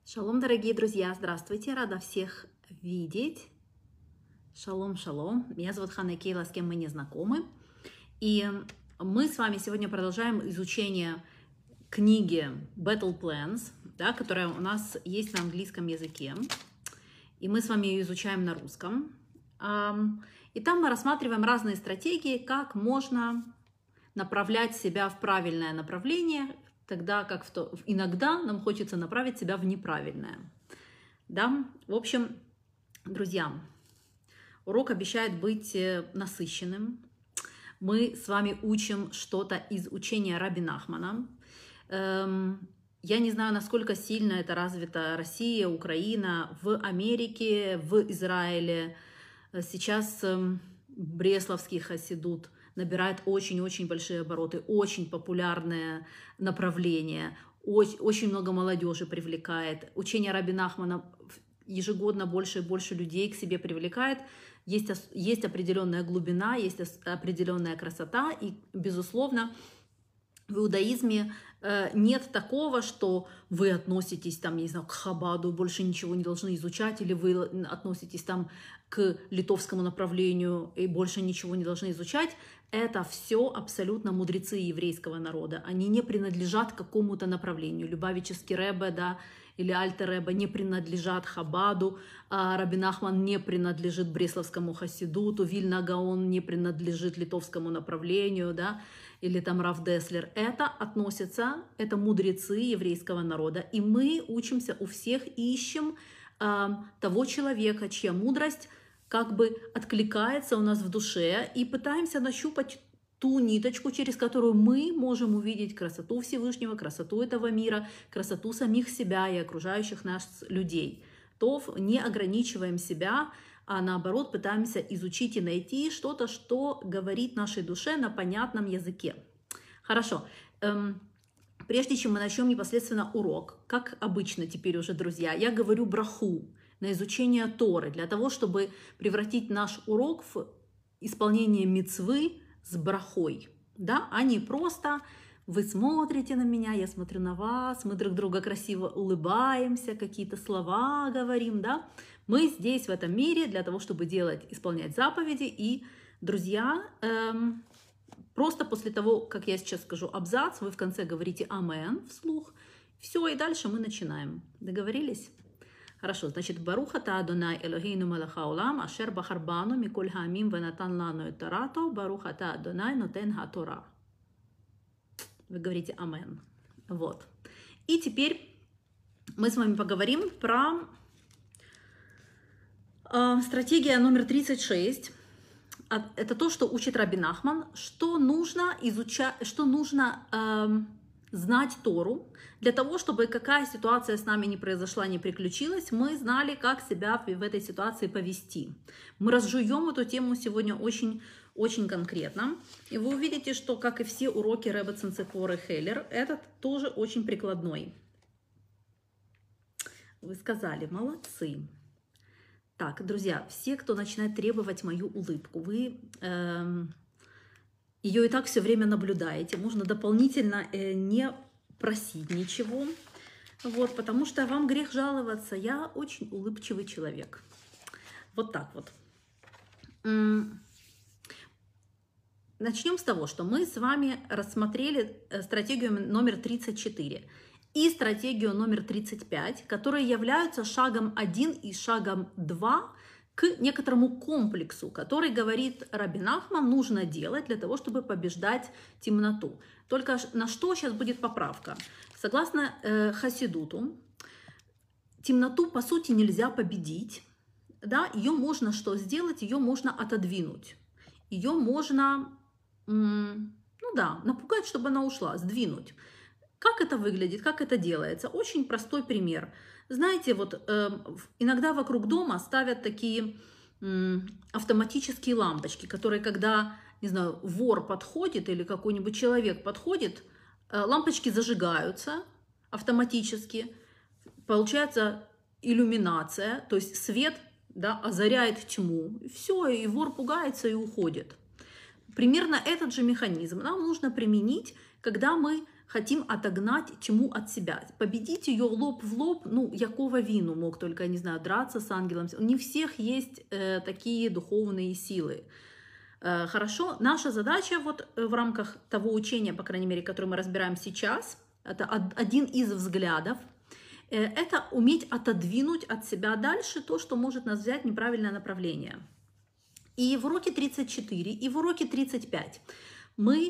Шалом, дорогие друзья! Здравствуйте! Рада всех видеть! Шалом, шалом! Меня зовут Ханна Кейла, с кем мы не знакомы. И мы с вами сегодня продолжаем изучение книги Battle Plans, да, которая у нас есть на английском языке. И мы с вами ее изучаем на русском. И там мы рассматриваем разные стратегии, как можно направлять себя в правильное направление, тогда как иногда нам хочется направить себя в неправильное. Да? В общем, друзья, урок обещает быть насыщенным. Мы с вами учим что-то из учения Раби Нахмана. Я не знаю, насколько сильно это развита Россия, Украина, в Америке, в Израиле. Сейчас Бресловский хасидут набирает очень-очень большие обороты, очень популярное направление, очень много молодежи привлекает. Учение Раби Нахмана ежегодно больше и больше людей к себе привлекает. Есть определенная глубина, есть определенная красота, и, безусловно, в иудаизме нет такого, что вы относитесь там, не знаю, к Хабаду, больше ничего не должны изучать, или вы относитесь там к литовскому направлению и больше ничего не должны изучать. Это все абсолютно мудрецы еврейского народа. Они не принадлежат какому-то направлению. Любавический Ребе, да, или Альтер Ребе не принадлежат Хабаду, Раби Нахман не принадлежит Бресловскому хасидуту, Вильна Гаон не принадлежит литовскому направлению, да, или там Рав Деслер. Это мудрецы еврейского народа. И мы учимся у всех, ищем того человека, чья мудрость как бы откликается у нас в душе, и пытаемся нащупать ту ниточку, через которую мы можем увидеть красоту Всевышнего, красоту этого мира, красоту самих себя и окружающих нас людей. То не ограничиваем себя, а наоборот пытаемся изучить и найти что-то, что говорит нашей душе на понятном языке. Хорошо. Прежде чем мы начнем непосредственно урок, как обычно теперь уже, друзья, я говорю браху на изучение Торы, для того, чтобы превратить наш урок в исполнение мицвы с брахой, да, а не просто вы смотрите на меня, я смотрю на вас, мы друг друга красиво улыбаемся, какие-то слова говорим, да. Мы здесь, в этом мире, для того, чтобы исполнять заповеди. И, друзья, просто после того, как я сейчас скажу абзац, вы в конце говорите «Амен» вслух. Все, и дальше мы начинаем. Договорились? Хорошо, значит, «Барух ата Адонай Элохейну мелech хаолам, ашер бахар бану миколь хаамим венатан лану эт торато, барух ата Адонай нотен ха-тора». Вы говорите «Амен». Вот. И теперь мы с вами поговорим про стратегия номер 36. Это то, что учит Раби Нахман, что нужно изучать, что нужно знать Тору, для того, чтобы какая ситуация с нами не произошла, не приключилась, мы знали, как себя в этой ситуации повести. Мы разжуем эту тему сегодня очень конкретно. И вы увидите, что, как и все уроки Ребе Цинцифор и Хеллер, этот тоже очень прикладной. Вы сказали, молодцы. Так, друзья, все, кто начинает требовать мою улыбку, вы ее и так все время наблюдаете. Можно дополнительно не просить ничего, вот, потому что вам грех жаловаться. Я очень улыбчивый человек. Вот так вот. Начнем с того, что мы с вами рассмотрели стратегию номер 34 и стратегию номер 35, которые являются шагом 1 и шагом 2 к некоторому комплексу, который, говорит Раби Нахман, нужно делать для того, чтобы побеждать темноту. Только на что сейчас будет поправка? Согласно хасидуту, темноту по сути нельзя победить, да? Ее можно что сделать? Ее можно отодвинуть, ее можно, напугать, чтобы она ушла, сдвинуть. Как это выглядит, как это делается? Очень простой пример. Знаете, вот иногда вокруг дома ставят такие автоматические лампочки, которые, когда, не знаю, вор подходит или какой-нибудь человек подходит, лампочки зажигаются автоматически, получается иллюминация, то есть свет, да, озаряет тьму, и все, и вор пугается и уходит. Примерно этот же механизм нам нужно применить, когда мы хотим отогнать тьму от себя. Победить ее лоб в лоб, ну, якого вину мог только, я не знаю, драться с ангелом. Не у всех есть такие духовные силы. Хорошо, наша задача вот в рамках того учения, по крайней мере, которое мы разбираем сейчас, это один из взглядов, это уметь отодвинуть от себя дальше то, что может нас взять в неправильное направление. И в уроке 34, и в уроке 35 мы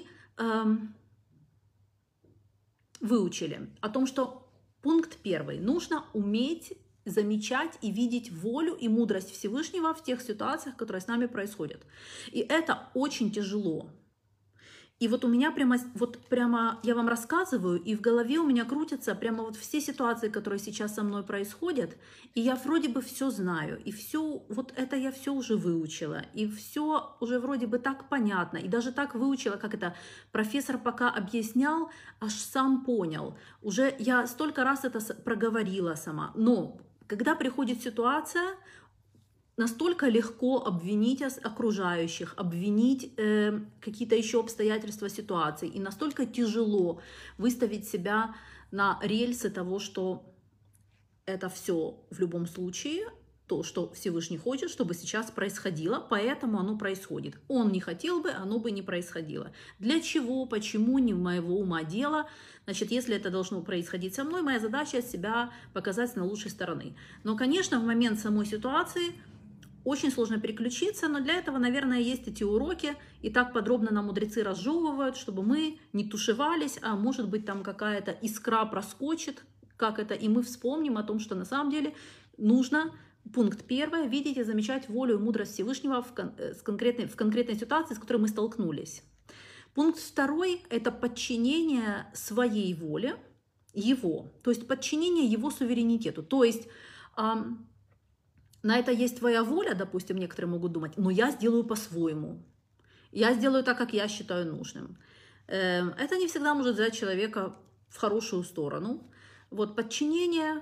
выучили о том, что пункт первый. Нужно уметь замечать и видеть волю и мудрость Всевышнего в тех ситуациях, которые с нами происходят. И это очень тяжело. И вот у меня прямо я вам рассказываю, и в голове у меня крутятся прямо вот все ситуации, которые сейчас со мной происходят, и я вроде бы все знаю, и все, вот это я все уже выучила, и все уже вроде бы так понятно, и даже так выучила, как это профессор пока объяснял, аж сам понял. Уже я столько раз это проговорила сама, но когда приходит ситуация, настолько легко обвинить окружающих, обвинить какие-то еще обстоятельства ситуации, и настолько тяжело выставить себя на рельсы того, что это все в любом случае то, что Всевышний хочет, чтобы сейчас происходило, поэтому оно происходит. Он не хотел бы, оно бы не происходило. Для чего, почему, не в моего ума дело. Значит, если это должно происходить со мной, моя задача себя показать с наилучшей стороны. Но, конечно, в момент самой ситуации очень сложно переключиться, но для этого, наверное, есть эти уроки, и так подробно нам мудрецы разжевывают, чтобы мы не тушевались, а может быть там какая-то искра проскочит, как это, и мы вспомним о том, что на самом деле нужно, пункт первый, видеть и замечать волю и мудрость Всевышнего в конкретной ситуации, с которой мы столкнулись. Пункт второй – это подчинение своей воле, его, то есть подчинение его суверенитету, то есть на это есть твоя воля, допустим, некоторые могут думать, но я сделаю по-своему. Я сделаю так, как я считаю нужным. Это не всегда может взять человека в хорошую сторону. Вот подчинение,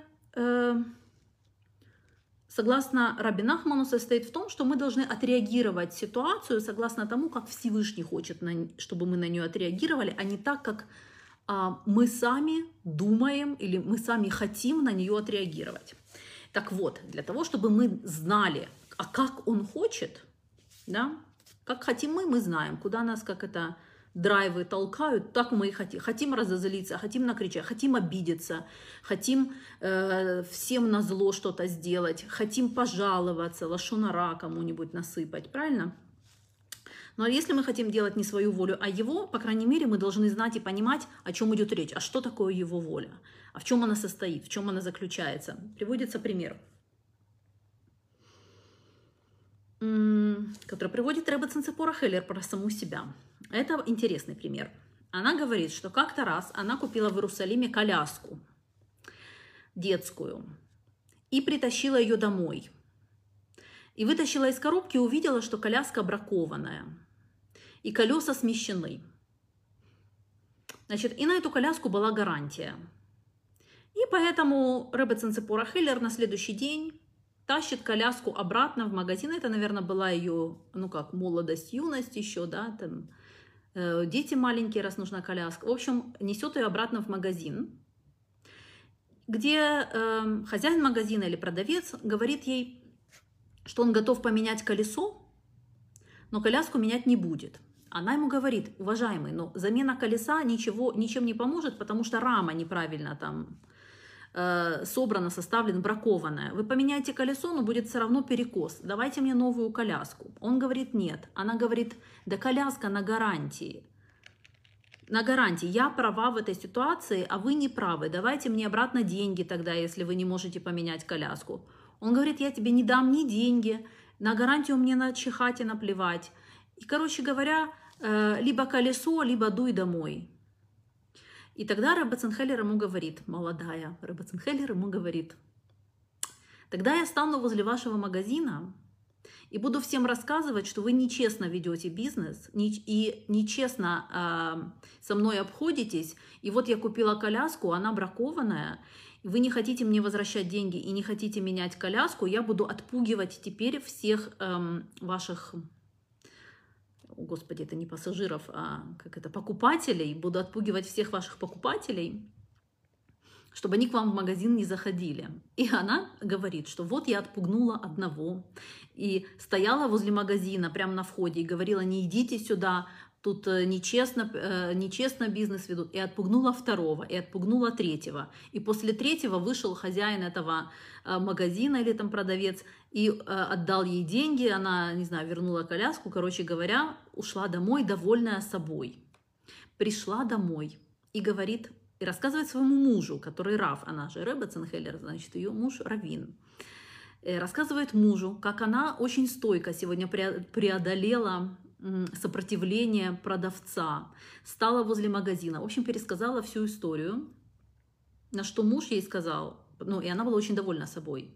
согласно Раби Нахману, состоит в том, что мы должны отреагировать ситуацию согласно тому, как Всевышний хочет, чтобы мы на нее отреагировали, а не так, как мы сами думаем или мы сами хотим на нее отреагировать. Так вот, для того, чтобы мы знали, а как он хочет, да, как хотим мы знаем, куда нас, как это, драйвы толкают, так мы и хотим. Хотим разозлиться, хотим накричать, хотим обидеться, хотим всем назло что-то сделать, хотим пожаловаться, лашон ара кому-нибудь насыпать, правильно? Но если мы хотим делать не свою волю, а его, по крайней мере, мы должны знать и понимать, о чем идет речь, а что такое его воля, а в чем она состоит, в чем она заключается. Приводится пример, который приводит Ребе Ципора Хеллер про саму себя. Это интересный пример. Она говорит, что как-то раз она купила в Иерусалиме коляску детскую и притащила ее домой. И вытащила из коробки и увидела, что коляска бракованная. И колеса смещены. Значит, и на эту коляску была гарантия. И поэтому Ребе Ципора Хеллер на следующий день тащит коляску обратно в магазин. Это, наверное, была ее, молодость, юность еще, да, там, дети маленькие, раз нужна коляска. В общем, несет ее обратно в магазин, где хозяин магазина или продавец говорит ей, что он готов поменять колесо, но коляску менять не будет. Она ему говорит: уважаемый, но замена колеса ничем не поможет, потому что рама неправильно там собрана, составлена, бракованная. Вы поменяете колесо, но будет все равно перекос. Давайте мне новую коляску. Он говорит: нет. Она говорит: да коляска на гарантии. На гарантии. Я права в этой ситуации, а вы не правы. Давайте мне обратно деньги тогда, если вы не можете поменять коляску. Он говорит: я тебе не дам ни деньги, на гарантию мне начихать и наплевать. И, короче говоря, либо колесо, либо дуй домой. И тогда Ребе Хеллер ему говорит, молодая Ребе Хеллер ему говорит: тогда я стану возле вашего магазина и буду всем рассказывать, что вы нечестно ведете бизнес и нечестно со мной обходитесь. И вот я купила коляску, она бракованная, вы не хотите мне возвращать деньги и не хотите менять коляску, я буду отпугивать теперь всех ваших господи, это не пассажиров, а как это, покупателей, буду отпугивать всех ваших покупателей, чтобы они к вам в магазин не заходили. И она говорит, что вот я отпугнула одного, и стояла возле магазина прямо на входе и говорила: не идите сюда, тут нечестно бизнес ведут. И отпугнула второго, и отпугнула третьего. И после третьего вышел хозяин этого магазина или там продавец и отдал ей деньги. Она, не знаю, вернула коляску. Короче говоря, ушла домой, довольная собой. Пришла домой и говорит, и рассказывает своему мужу, который Рав, она же Ребе Цанхеллер, значит, ее муж Равин. Рассказывает мужу, как она очень стойко сегодня преодолела сопротивление продавца, стала возле магазина. В общем, пересказала всю историю, на что муж ей сказал, ну, и она была очень довольна собой.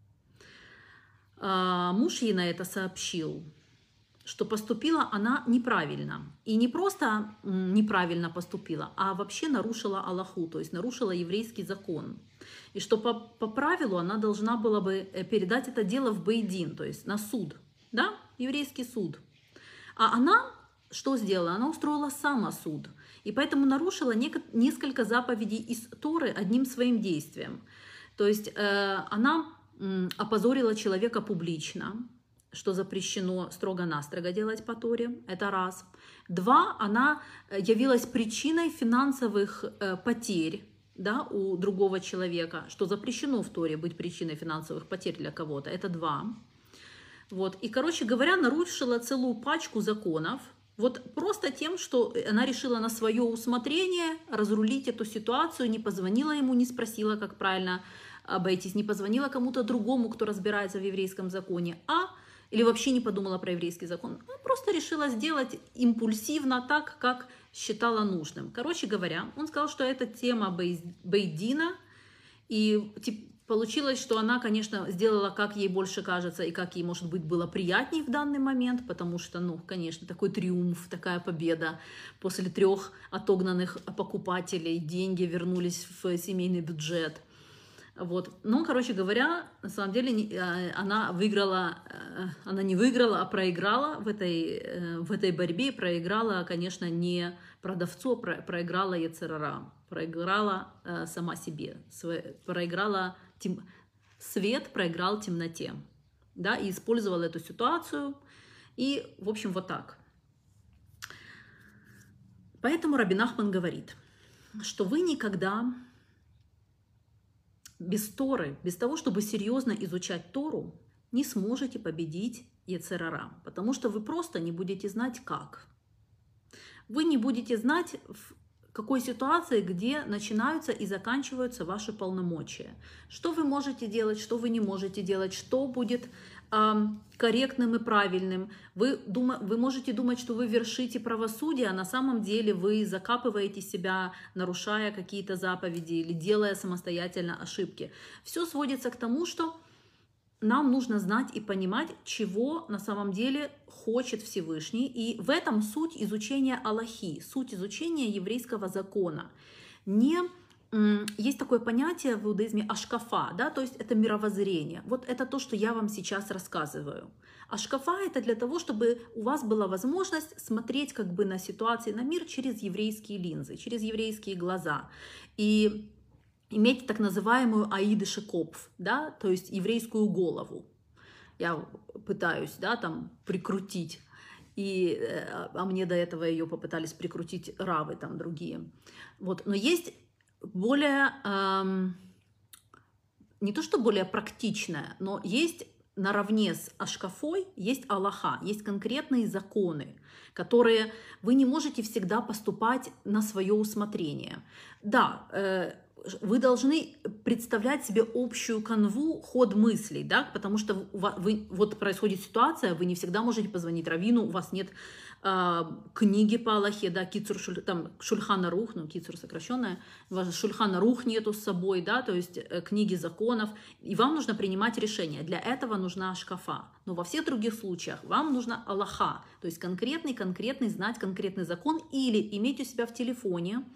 Муж ей на это сообщил, что поступила она неправильно. И не просто неправильно поступила, а вообще нарушила Аллаху, то есть нарушила еврейский закон. И что по правилу она должна была бы передать это дело в Бейдин, то есть на суд, да, еврейский суд. А она что сделала? Она устроила самосуд. И поэтому нарушила несколько заповедей из Торы одним своим действием. То есть она опозорила человека публично, что запрещено строго-настрого делать по Торе, это раз. Два, она явилась причиной финансовых потерь, да, у другого человека, что запрещено в Торе быть причиной финансовых потерь для кого-то, это два. Вот. И, короче говоря, нарушила целую пачку законов, вот просто тем, что она решила на свое усмотрение разрулить эту ситуацию, не позвонила ему, не спросила, как правильно обойтись, не позвонила кому-то другому, кто разбирается в еврейском законе, или вообще не подумала про еврейский закон. Она просто решила сделать импульсивно так, как считала нужным. Короче говоря, он сказал, что это тема Бейдина, и получилось, что она, конечно, сделала, как ей больше кажется, и как ей, может быть, было приятней в данный момент, потому что, ну, конечно, такой триумф, такая победа. После 3 отогнанных покупателей деньги вернулись в семейный бюджет. Вот. Но, короче говоря, на самом деле она выиграла, она не выиграла, а проиграла в этой борьбе. Проиграла, конечно, не продавцу, проиграла Йецер ара, проиграла сама себе, проиграла свет, проиграл темноте, да, и использовала эту ситуацию. И, в общем, вот так. Поэтому Раби Нахман говорит, что вы никогда без Торы, без того, чтобы серьезно изучать Тору, не сможете победить Йецер ара, потому что вы просто не будете знать, как. Вы не будете знать, в какой ситуации, где начинаются и заканчиваются ваши полномочия. Что вы можете делать, что вы не можете делать, что будет корректным и правильным. Вы можете думать, что вы вершите правосудие, а на самом деле вы закапываете себя, нарушая какие-то заповеди или делая самостоятельно ошибки. Все сводится к тому, что нам нужно знать и понимать, чего на самом деле хочет Всевышний. И в этом суть изучения Аллахи, суть изучения еврейского закона. Есть такое понятие в иудаизме ашкафа, да, то есть это мировоззрение. Вот это то, что я вам сейчас рассказываю. Ашкафа — это для того, чтобы у вас была возможность смотреть как бы на ситуации, на мир через еврейские линзы, через еврейские глаза. И иметь так называемую аидыше копф, да, то есть еврейскую голову. Я пытаюсь, да, там прикрутить, а мне до этого ее попытались прикрутить равы там другие. Вот, но есть более, не то что более практичное, но есть наравне с ашкафой, есть Аллаха, есть конкретные законы, которые вы не можете всегда поступать на свое усмотрение. Да, вы должны представлять себе общую канву, ход мыслей, да, потому что вот происходит ситуация, вы не всегда можете позвонить раввину, у вас нет книги по Аллахе, да, кицур, там Шульхан Арух, ну, кицур сокращенная, у вас Шульхан Арух нету с собой, да, то есть книги законов, и вам нужно принимать решения. Для этого нужна ашкафа. Но во всех других случаях вам нужна Аллаха, то есть конкретный, знать конкретный закон или иметь у себя в телефоне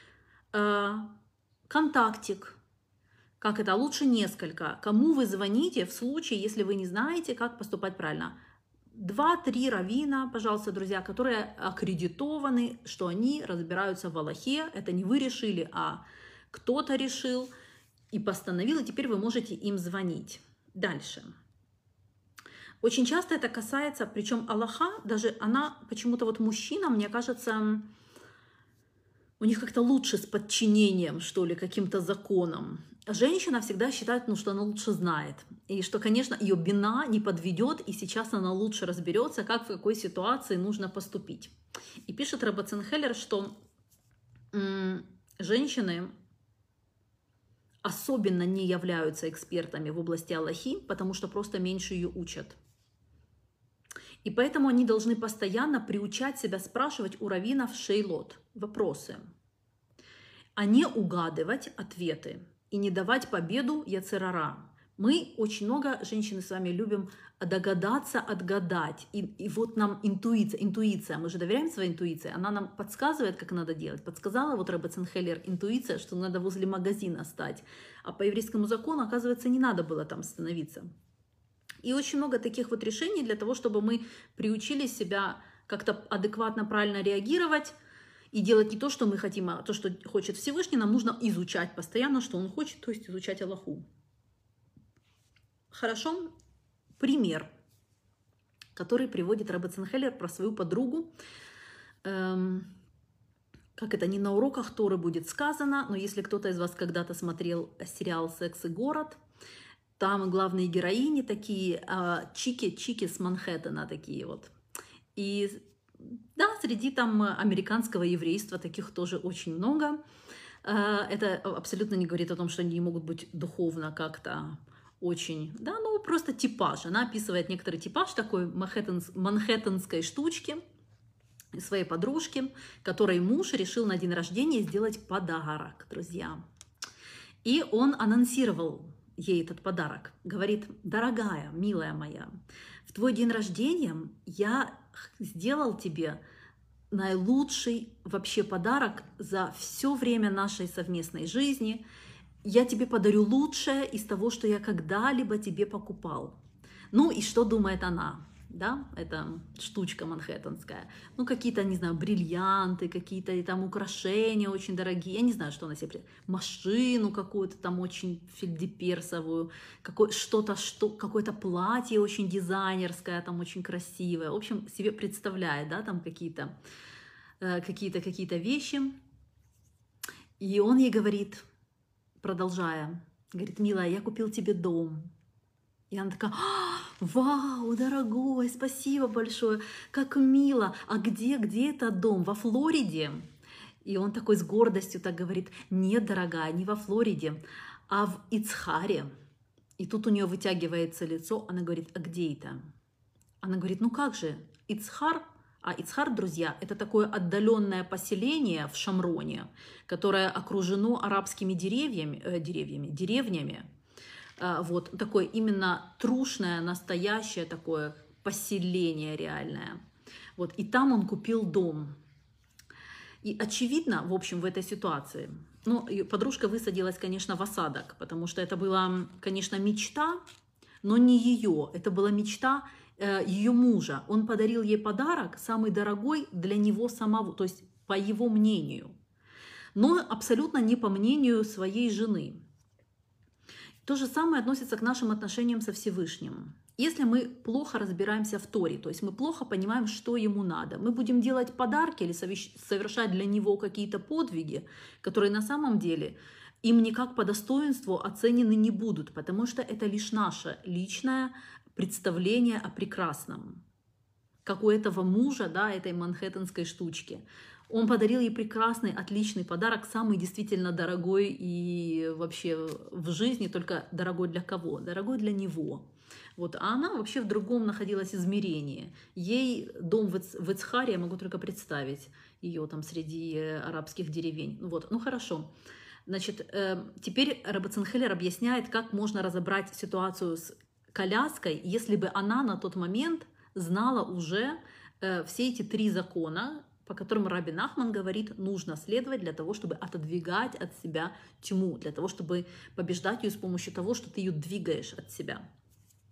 контактик, как это, лучше несколько, кому вы звоните в случае, если вы не знаете, как поступать правильно. 2-3 раввина, пожалуйста, друзья, которые аккредитованы, что они разбираются в Аллахе. Это не вы решили, а кто-то решил и постановил, и теперь вы можете им звонить. Дальше. Очень часто это касается, причем Аллаха, даже она почему-то вот мужчинам, мне кажется, у них как-то лучше с подчинением, что ли, каким-то законам. Женщина всегда считает, ну, что она лучше знает. И что, конечно, ее бина не подведет, и сейчас она лучше разберется, как в какой ситуации нужно поступить. И пишет Ребе Цинхеллер, что женщины особенно не являются экспертами в области Аллахи, потому что просто меньше ее учат. И поэтому они должны постоянно приучать себя спрашивать у раввинов шейлот, вопросы, а не угадывать ответы и не давать победу яцер-ара. Мы очень много, женщины, с вами любим догадаться, отгадать. И вот нам интуиция, мы же доверяем своей интуиции, она нам подсказывает, как надо делать. Подсказала вот Ребе Цинхеллер интуиция, что надо возле магазина стать. А по еврейскому закону, оказывается, не надо было там становиться. И очень много таких вот решений для того, чтобы мы приучили себя как-то адекватно, правильно реагировать и делать не то, что мы хотим, а то, что хочет Всевышний. Нам нужно изучать постоянно, что он хочет, то есть изучать Аллаху. Хорошо? Пример, который приводит Ребе Цинхеллер про свою подругу. Как это не на уроках Торы будет сказано, но если кто-то из вас когда-то смотрел сериал «Секс и город», там главные героини такие, чики с Манхэттена такие вот. И да, среди там американского еврейства таких тоже очень много. Это абсолютно не говорит о том, что они не могут быть духовно как-то очень, да, ну просто типаж. Она описывает некоторый типаж такой манхэттенской штучки своей подружки, которой муж решил на день рождения сделать подарок, друзья. И он анонсировал ей этот подарок. Говорит: дорогая, милая моя, в твой день рождения я сделал тебе наилучший вообще подарок за все время нашей совместной жизни. Я тебе подарю лучшее из того, что я когда-либо тебе покупал. Ну и что думает она? Да, это штучка манхэттенская. Ну, какие-то, не знаю, бриллианты, какие-то там украшения очень дорогие. Я не знаю, что она себе... Машину какую-то там очень фельдеперсовую, какое-то платье очень дизайнерское, там очень красивое. В общем, себе представляет, да, там какие-то вещи. И он ей говорит, продолжая, говорит: милая, я купил тебе дом. И она такая: вау, дорогой, спасибо большое, как мило. А где этот дом? Во Флориде? И он такой с гордостью так говорит: нет, дорогая, не во Флориде, а в Ицхаре. И тут у нее вытягивается лицо, она говорит: а где это? Она говорит: ну как же, Ицхар? А Ицхар, друзья, это такое отдаленное поселение в Шамроне, которое окружено арабскими деревнями. Вот такое именно трушное, настоящее такое поселение реальное. Вот, и там он купил дом. И очевидно, в общем, в этой ситуации, ну, подружка высадилась, конечно, в осадок, потому что это была, конечно, мечта, но не ее. Это была мечта ее мужа. Он подарил ей подарок, самый дорогой для него самого, то есть по его мнению, но абсолютно не по мнению своей жены. То же самое относится к нашим отношениям со Всевышним. Если мы плохо разбираемся в Торе, то есть мы плохо понимаем, что ему надо, мы будем делать подарки или совершать для него какие-то подвиги, которые на самом деле им никак по достоинству оценены не будут, потому что это лишь наше личное представление о прекрасном. Как у этого мужа, да, этой манхэттенской штучки. Он подарил ей прекрасный, отличный подарок, самый действительно дорогой и вообще в жизни, только дорогой для кого? Дорогой для него. Вот. А она вообще в другом находилась измерении. Ей дом в Ицхаре, я могу только представить ее там среди арабских деревень. Вот. Ну хорошо. Значит, теперь Ребе Цинхеллер объясняет, как можно разобрать ситуацию с коляской, если бы она на тот момент знала уже все эти 3 закона, по которым Раби Нахман говорит, нужно следовать для того, чтобы отодвигать от себя тьму, для того, чтобы побеждать ее с помощью того, что ты ее двигаешь от себя.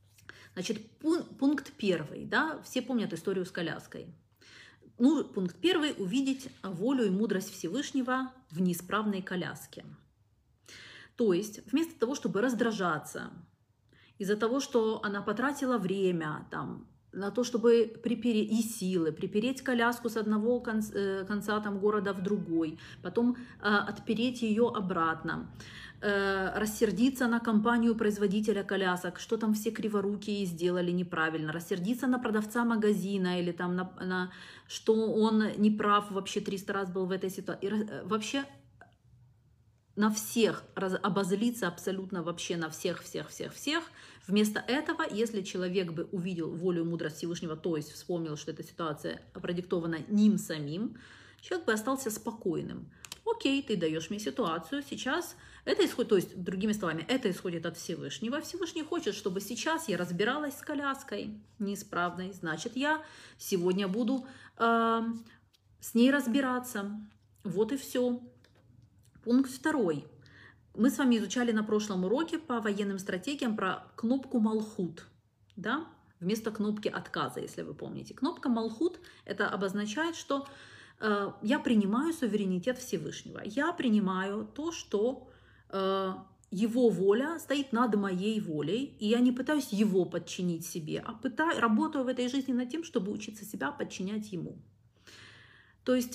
Значит, пункт первый, да, все помнят историю с коляской. Ну, пункт первый – увидеть волю и мудрость Всевышнего в неисправной коляске. То есть, вместо того, чтобы раздражаться из-за того, что она потратила время там, на то, чтобы и силы, припереть коляску с одного конца там, города в другой, потом отпереть ее обратно, рассердиться на компанию-производителя колясок, что там все криворукие сделали неправильно, рассердиться на продавца магазина или там что он не прав, вообще 300 раз был в этой ситуации. И вообще на всех обозлиться абсолютно вообще на всех. Вместо этого, если человек бы увидел волю и мудрость Всевышнего, то есть вспомнил, что эта ситуация продиктована ним самим, человек бы остался спокойным. Окей, ты даешь мне ситуацию, сейчас это исходит, то есть, другими словами, это исходит от Всевышнего. Всевышний хочет, чтобы сейчас я разбиралась с коляской неисправной, значит, я сегодня буду с ней разбираться. Вот и все. Пункт второй. Мы с вами изучали на прошлом уроке по военным стратегиям про кнопку Малхут, да? Вместо кнопки отказа, если вы помните. Кнопка Малхут это обозначает, что я принимаю суверенитет Всевышнего. Я принимаю то, что его воля стоит над моей волей, и я не пытаюсь его подчинить себе, а работаю в этой жизни над тем, чтобы учиться себя подчинять ему. То есть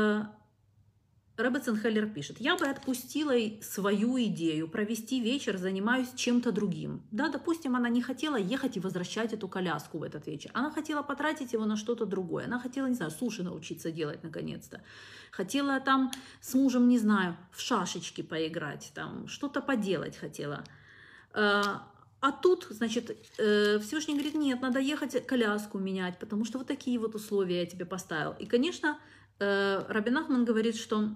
Ребе Цинхеллер пишет: я бы отпустила свою идею провести вечер, занимаюсь чем-то другим. Да, допустим, она не хотела ехать и возвращать эту коляску в этот вечер. Она хотела потратить его на что-то другое. Она хотела, не знаю, суши научиться делать наконец-то. Хотела там с мужем, не знаю, в шашечки поиграть, там что-то поделать хотела. А тут, значит, Всевышний говорит: нет, надо ехать коляску менять, потому что вот такие вот условия я тебе поставил. И, конечно, Раби Нахман говорит, что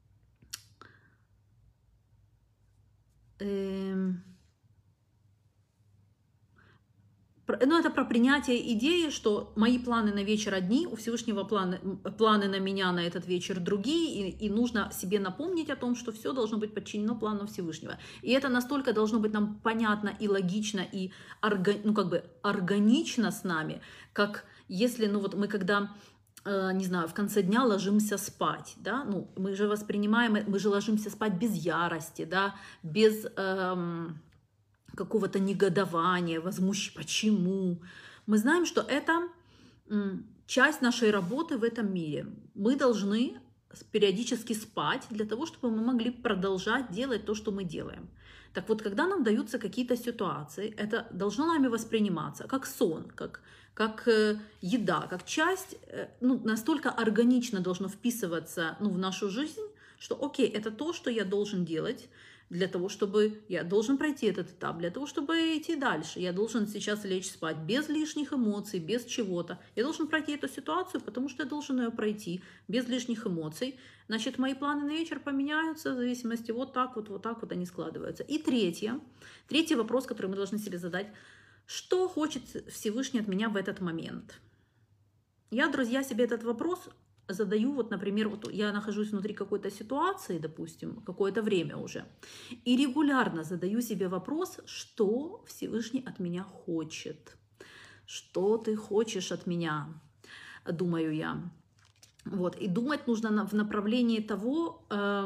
это про принятие идеи, что мои планы на вечер одни, у Всевышнего планы на меня на этот вечер другие, и нужно себе напомнить о том, что все должно быть подчинено плану Всевышнего. И это настолько должно быть нам понятно и логично, и органично с нами, как если, мы когда, не знаю, в конце дня ложимся спать, да, мы же воспринимаем, мы же ложимся спать без ярости, да, без какого-то негодования, возмущения, почему. Мы знаем, что это часть нашей работы в этом мире. Мы должны периодически спать для того, чтобы мы могли продолжать делать то, что мы делаем. Так вот, когда нам даются какие-то ситуации, это должно нами восприниматься как сон, как еда, как часть, настолько органично должно вписываться в нашу жизнь, что окей, это то, что я должен делать, для того, чтобы я должен пройти этот этап, для того, чтобы идти дальше. Я должен сейчас лечь спать без лишних эмоций, без чего-то. Я должен пройти эту ситуацию, потому что я должен ее пройти без лишних эмоций. Значит, мои планы на вечер поменяются в зависимости вот так вот они складываются. И третий вопрос, который мы должны себе задать: что хочет Всевышний от меня в этот момент? Я, друзья, себе этот вопрос задаю, например, я нахожусь внутри какой-то ситуации, допустим, какое-то время уже, и регулярно задаю себе вопрос, что Всевышний от меня хочет. Что ты хочешь от меня, думаю я. И думать нужно в направлении того,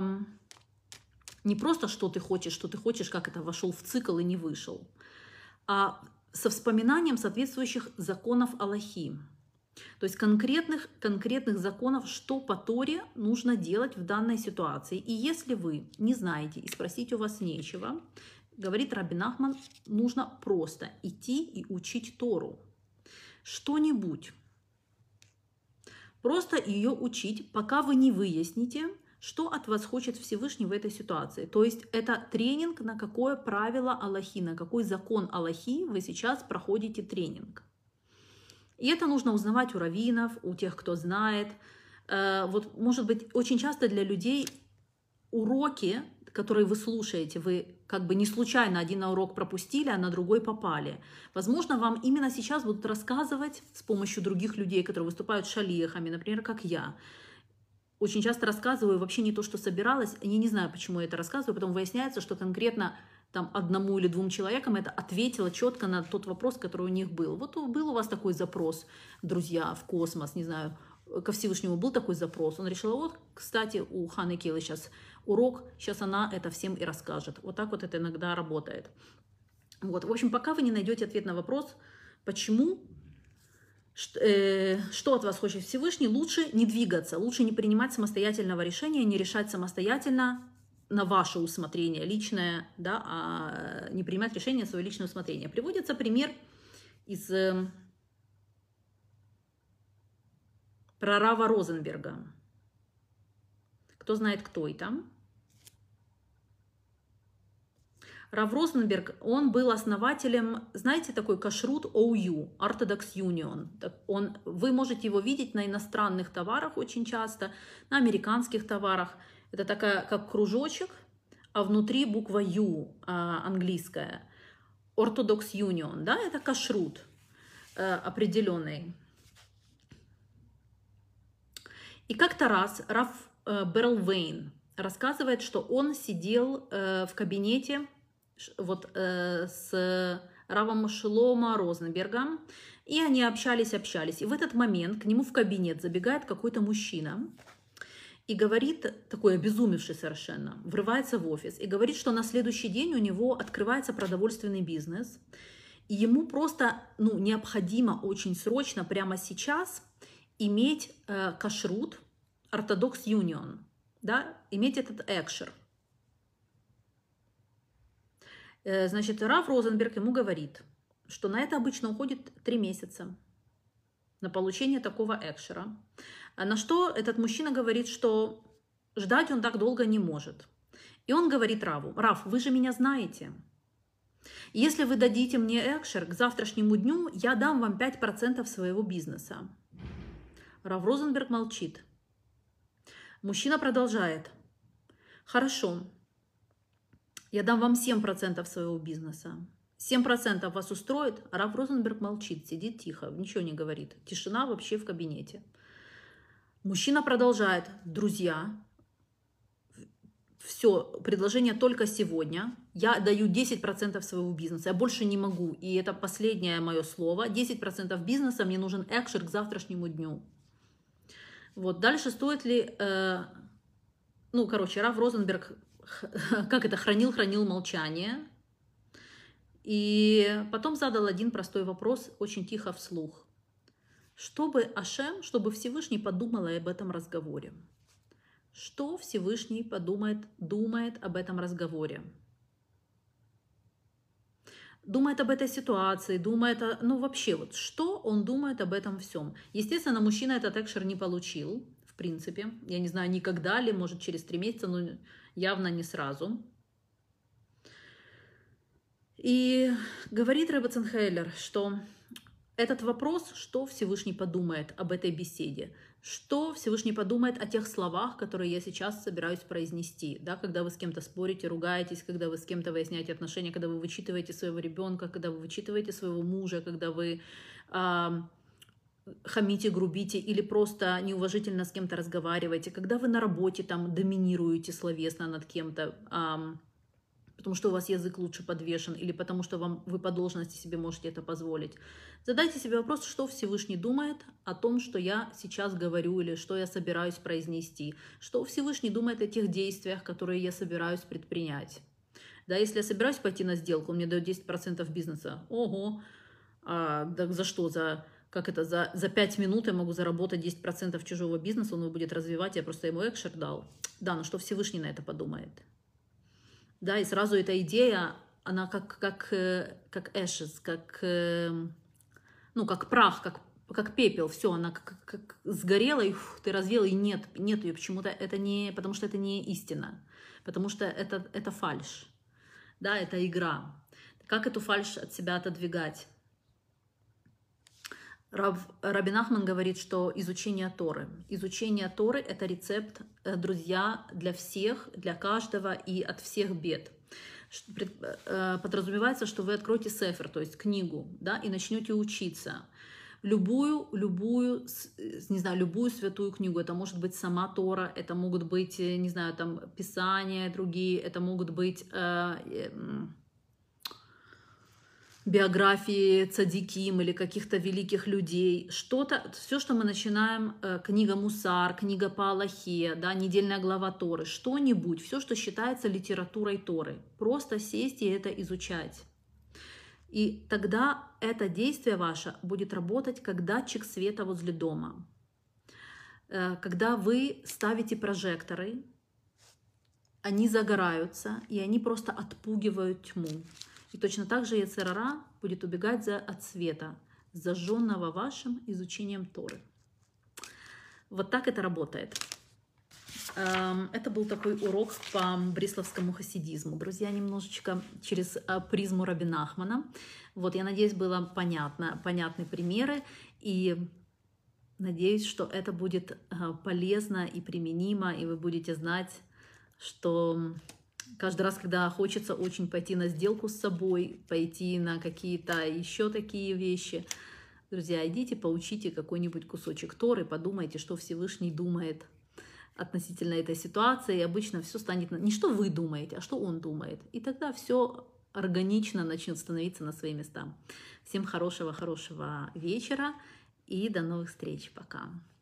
не просто что ты хочешь, как это вошел в цикл и не вышел, а со вспоминанием соответствующих законов Аллахи. То есть конкретных законов, что по Торе нужно делать в данной ситуации. И если вы не знаете и спросить у вас нечего, говорит Раби Нахман, нужно просто идти и учить Тору. Что-нибудь. Просто ее учить, пока вы не выясните, что от вас хочет Всевышний в этой ситуации. То есть это тренинг, на какое правило Аллахи, на какой закон Аллахи вы сейчас проходите тренинг. И это нужно узнавать у раввинов, у тех, кто знает. Может быть, очень часто для людей уроки, которые вы слушаете, вы не случайно один урок пропустили, а на другой попали. Возможно, вам именно сейчас будут рассказывать с помощью других людей, которые выступают шалихами, например, как я. Очень часто рассказываю вообще не то, что собиралась. Я не знаю, почему я это рассказываю. Потом выясняется, что конкретно там одному или двум человекам, это ответило четко на тот вопрос, который у них был. Вот был у вас такой запрос, друзья, в космос, не знаю, ко Всевышнему был такой запрос. Он решил, вот, кстати, у Ханы Кейлы сейчас урок, сейчас она это всем и расскажет. Вот так вот это иногда работает. Вот, в общем, пока вы не найдете ответ на вопрос, почему, что от вас хочет Всевышний, лучше не двигаться, лучше не принимать самостоятельного решения, не решать самостоятельно на ваше усмотрение личное, да, а не принимать решение на свое личное усмотрение. Приводится пример из про Рава Розенберга. Кто знает, кто это? Рав Розенберг, он был основателем, знаете, такой кашрут OU, Orthodox Union. Вы можете его видеть на иностранных товарах очень часто, на американских товарах. Это такая, как кружочек, а внутри буква U английская. Orthodox Union, да, это кашрут определенный. И как-то раз Рав Берлвейн рассказывает, что он сидел в кабинете вот с Равом Шломо Розенбергом, и они общались. И в этот момент к нему в кабинет забегает какой-то мужчина и говорит, такой обезумевший совершенно, врывается в офис и говорит, что на следующий день у него открывается продовольственный бизнес, и ему просто необходимо очень срочно прямо сейчас иметь кашрут Orthodox Union, да, иметь этот экшер. Значит, Рав Розенберг ему говорит, что на это обычно уходит 3 месяца на получение такого экшера. На что этот мужчина говорит, что ждать он так долго не может. И он говорит Раву: «Рав, вы же меня знаете. Если вы дадите мне экшер к завтрашнему дню, я дам вам 5% своего бизнеса». Рав Розенберг молчит. Мужчина продолжает: «Хорошо. Я дам вам 7% своего бизнеса. 7% вас устроит?» Рав Розенберг молчит, сидит тихо, ничего не говорит. Тишина вообще в кабинете. Мужчина продолжает: «Друзья, все, предложение только сегодня. Я даю 10% своего бизнеса, я больше не могу. И это последнее мое слово. 10% бизнеса, мне нужен экшер к завтрашнему дню». Вот, дальше стоит ли... Рав Розенберг хранил молчание. И потом задал один простой вопрос, очень тихо вслух. Чтобы Всевышний подумал об этом разговоре. Что Всевышний думает об этом разговоре? Думает об этой ситуации, что он думает об этом всем. Естественно, мужчина этот экшер не получил, в принципе. Я не знаю, никогда ли, может, через 3 месяца, но явно не сразу. И говорит Ребе Цанхейлер, что этот вопрос, что Всевышний подумает об этой беседе, что Всевышний подумает о тех словах, которые я сейчас собираюсь произнести, да, когда вы с кем-то спорите, ругаетесь, когда вы с кем-то выясняете отношения, когда вы вычитываете своего ребенка, когда вы вычитываете своего мужа, когда вы хамите, грубите или просто неуважительно с кем-то разговариваете, когда вы на работе там доминируете словесно над кем-то, потому что у вас язык лучше подвешен, или потому что вы по должности себе можете это позволить. Задайте себе вопрос, что Всевышний думает о том, что я сейчас говорю, или что я собираюсь произнести. Что Всевышний думает о тех действиях, которые я собираюсь предпринять. Да, если я собираюсь пойти на сделку, он мне дает 10% бизнеса. Ого! Так за что? За 5 минут я могу заработать 10% чужого бизнеса, он его будет развивать, я просто ему экшер дал. Да, но что Всевышний на это подумает? Да, и сразу эта идея, она как ashes, как прах, как пепел, все, она как сгорела, и ты развеял, и нет ее почему-то, потому что это не истина, потому что это фальшь, да, это игра. Как эту фальшь от себя отодвигать? Раби Нахман говорит, что изучение Торы – это рецепт, друзья, для всех, для каждого и от всех бед. Подразумевается, что вы откроете сефер, то есть книгу, да, и начнете учиться. Любую святую книгу. Это может быть сама Тора, это могут быть, Писания другие, это могут быть биографии цадиким или каких-то великих людей, что-то, все, что мы начинаем, книга Мусар, книга по Аллахе, да, недельная глава Торы, что-нибудь, все, что считается литературой Торы, просто сесть и это изучать. И тогда это действие ваше будет работать как датчик света возле дома. Когда вы ставите прожекторы, они загораются, и они просто отпугивают тьму. И точно так же Йецер ара будет убегать от света, зажженного вашим изучением Торы. Вот так это работает. Это был такой урок по брисловскому хасидизму. Друзья, немножечко через призму Раби Нахмана. Вот, я надеюсь, было понятны примеры. И надеюсь, что это будет полезно и применимо, и вы будете знать, что каждый раз, когда хочется очень пойти на сделку с собой, пойти на какие-то еще такие вещи, друзья, идите, поучите какой-нибудь кусочек Торы, подумайте, что Всевышний думает относительно этой ситуации. И обычно все станет не что вы думаете, а что он думает. И тогда все органично начнет становиться на свои места. Всем хорошего вечера и до новых встреч. Пока.